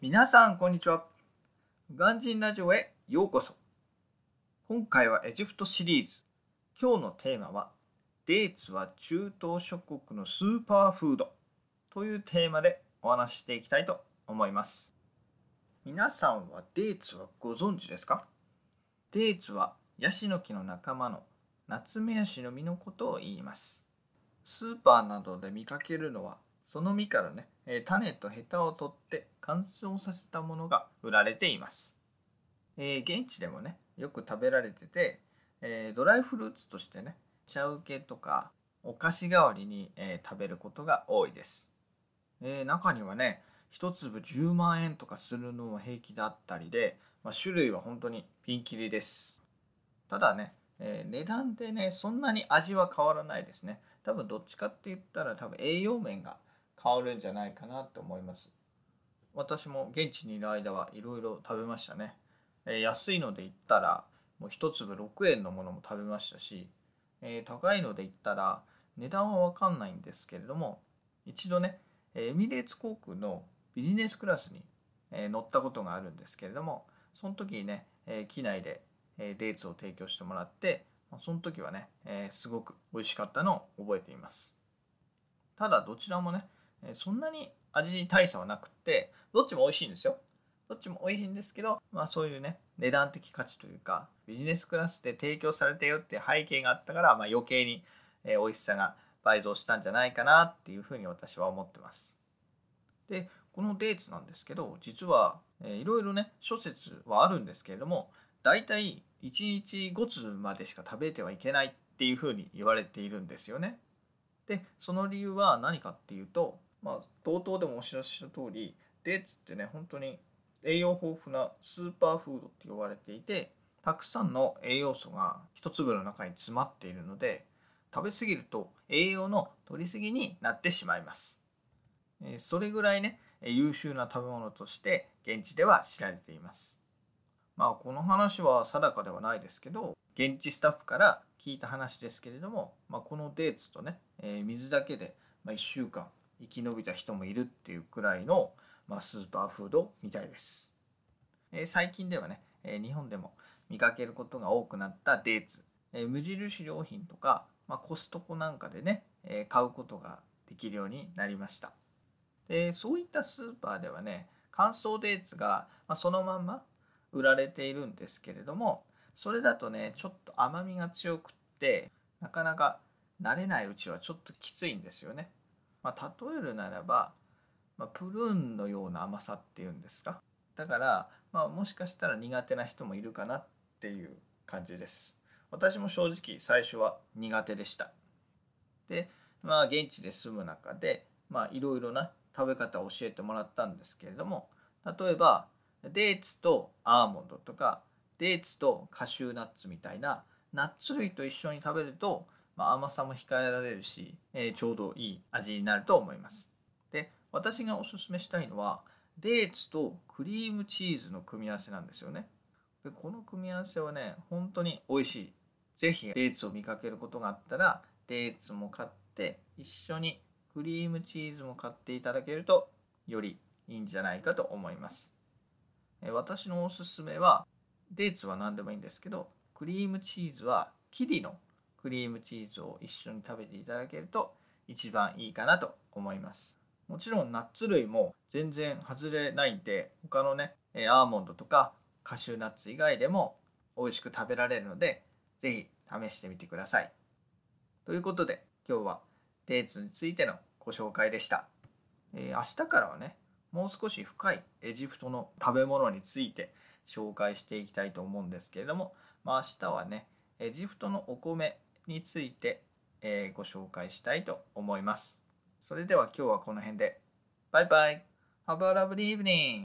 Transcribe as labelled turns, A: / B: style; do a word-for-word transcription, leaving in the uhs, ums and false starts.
A: 皆さんこんにちは。ガンジンラジオへようこそ。今回はエジプトシリーズ。今日のテーマはデーツは中東諸国のスーパーフードというテーマでお話ししていきたいと思います。皆さんはデーツはご存知ですか？デーツはヤシの木の仲間のナツメヤシの実のことを言います。スーパーなどで見かけるのはその実からね、種とヘタを取って乾燥させたものが売られています。えー、現地でもね、よく食べられてて、えー、ドライフルーツとしてね、茶受けとかお菓子代わりに、えー、食べることが多いです。えー、中にはね、一粒じゅうまんえんとかするのも平気だったりで、まあ、種類は本当にピンキリです。ただね、えー、値段でね、そんなに味は変わらないですね。多分どっちかって言ったら多分栄養面が変わるんじゃないかなと思います。私も現地にいる間はいろいろ食べましたね。えー、安いので言ったらもう一粒ろくえんのものも食べましたし、えー、高いので言ったら値段は分かんないんですけれども、一度ね、エミレーツ航空のビジネスクラスに、えー、乗ったことがあるんですけれども、その時にね、えー、機内で、えー、デーツを提供してもらって、その時はね、えー、すごく美味しかったのを覚えています。ただどちらもね、そんなに味に大差はなくって、どっちも美味しいんですよ。どっちも美味しいんですけど、まあそういうね、値段的価値というか、ビジネスクラスで提供されてよって背景があったから、まあ余計に美味しさが倍増したんじゃないかなっていうふうに私は思ってます。で、このデーツなんですけど、実はいろいろね、諸説はあるんですけれども、だいたいいちにちごつまでしか食べてはいけないっていうふうに言われているんですよね。で、その理由は何かっていうと、まあ、冒頭でもお知らせした通り、デーツってね、本当に栄養豊富なスーパーフードって呼ばれていて、たくさんの栄養素が一粒の中に詰まっているので、食べ過ぎると栄養の取りすぎになってしまいます。それぐらいね、優秀な食べ物として現地では知られています。まあこの話は定かではないですけど、現地スタッフから聞いた話ですけれども、まあ、このデーツとね、えー、水だけでいっしゅうかん生き延びた人もいるっていうくらいの、まあ、スーパーフードみたいです。えー、最近ではね、えー、日本でも見かけることが多くなったデーツ、えー、無印良品とか、まあ、コストコなんかでね、えー、買うことができるようになりました。で、そういったスーパーではね、乾燥デーツが、まあ、そのまんま売られているんですけれども、それだとね、ちょっと甘みが強くって、なかなか慣れないうちはちょっときついんですよね。まあ、例えるならば、まあ、プルーンのような甘さっていうんですか。だから、まあ、もしかしたら苦手な人もいるかなっていう感じです。私も正直最初は苦手でした。で、まあ、現地で住む中で、まあ、いろいろな食べ方を教えてもらったんですけれども、例えばデーツとアーモンドとかデーツとカシューナッツみたいなナッツ類と一緒に食べると、まあ、甘さも控えられるし、えー、ちょうどいい味になると思います。で、私がおすすめしたいのはデーツとクリームチーズの組み合わせなんですよね。で、この組み合わせはね、本当に美味しい。ぜひデーツを見かけることがあったら、デーツも買って一緒にクリームチーズも買っていただけるとよりいいんじゃないかと思います。私のおすすめはデーツは何でもいいんですけど、クリームチーズはキリのクリームチーズを一緒に食べていただけると一番いいかなと思います。もちろんナッツ類も全然外れないんで、他のねアーモンドとかカシューナッツ以外でも美味しく食べられるので、ぜひ試してみてください。ということで今日はデーツについてのご紹介でした。えー、明日からはね、もう少し深いエジプトの食べ物について紹介していきたいと思うんですけれども、まあ、明日はね、エジプトのお米について、えー、ご紹介したいと思います。それでは今日はこの辺で。バイバイ。Have a lovely evening.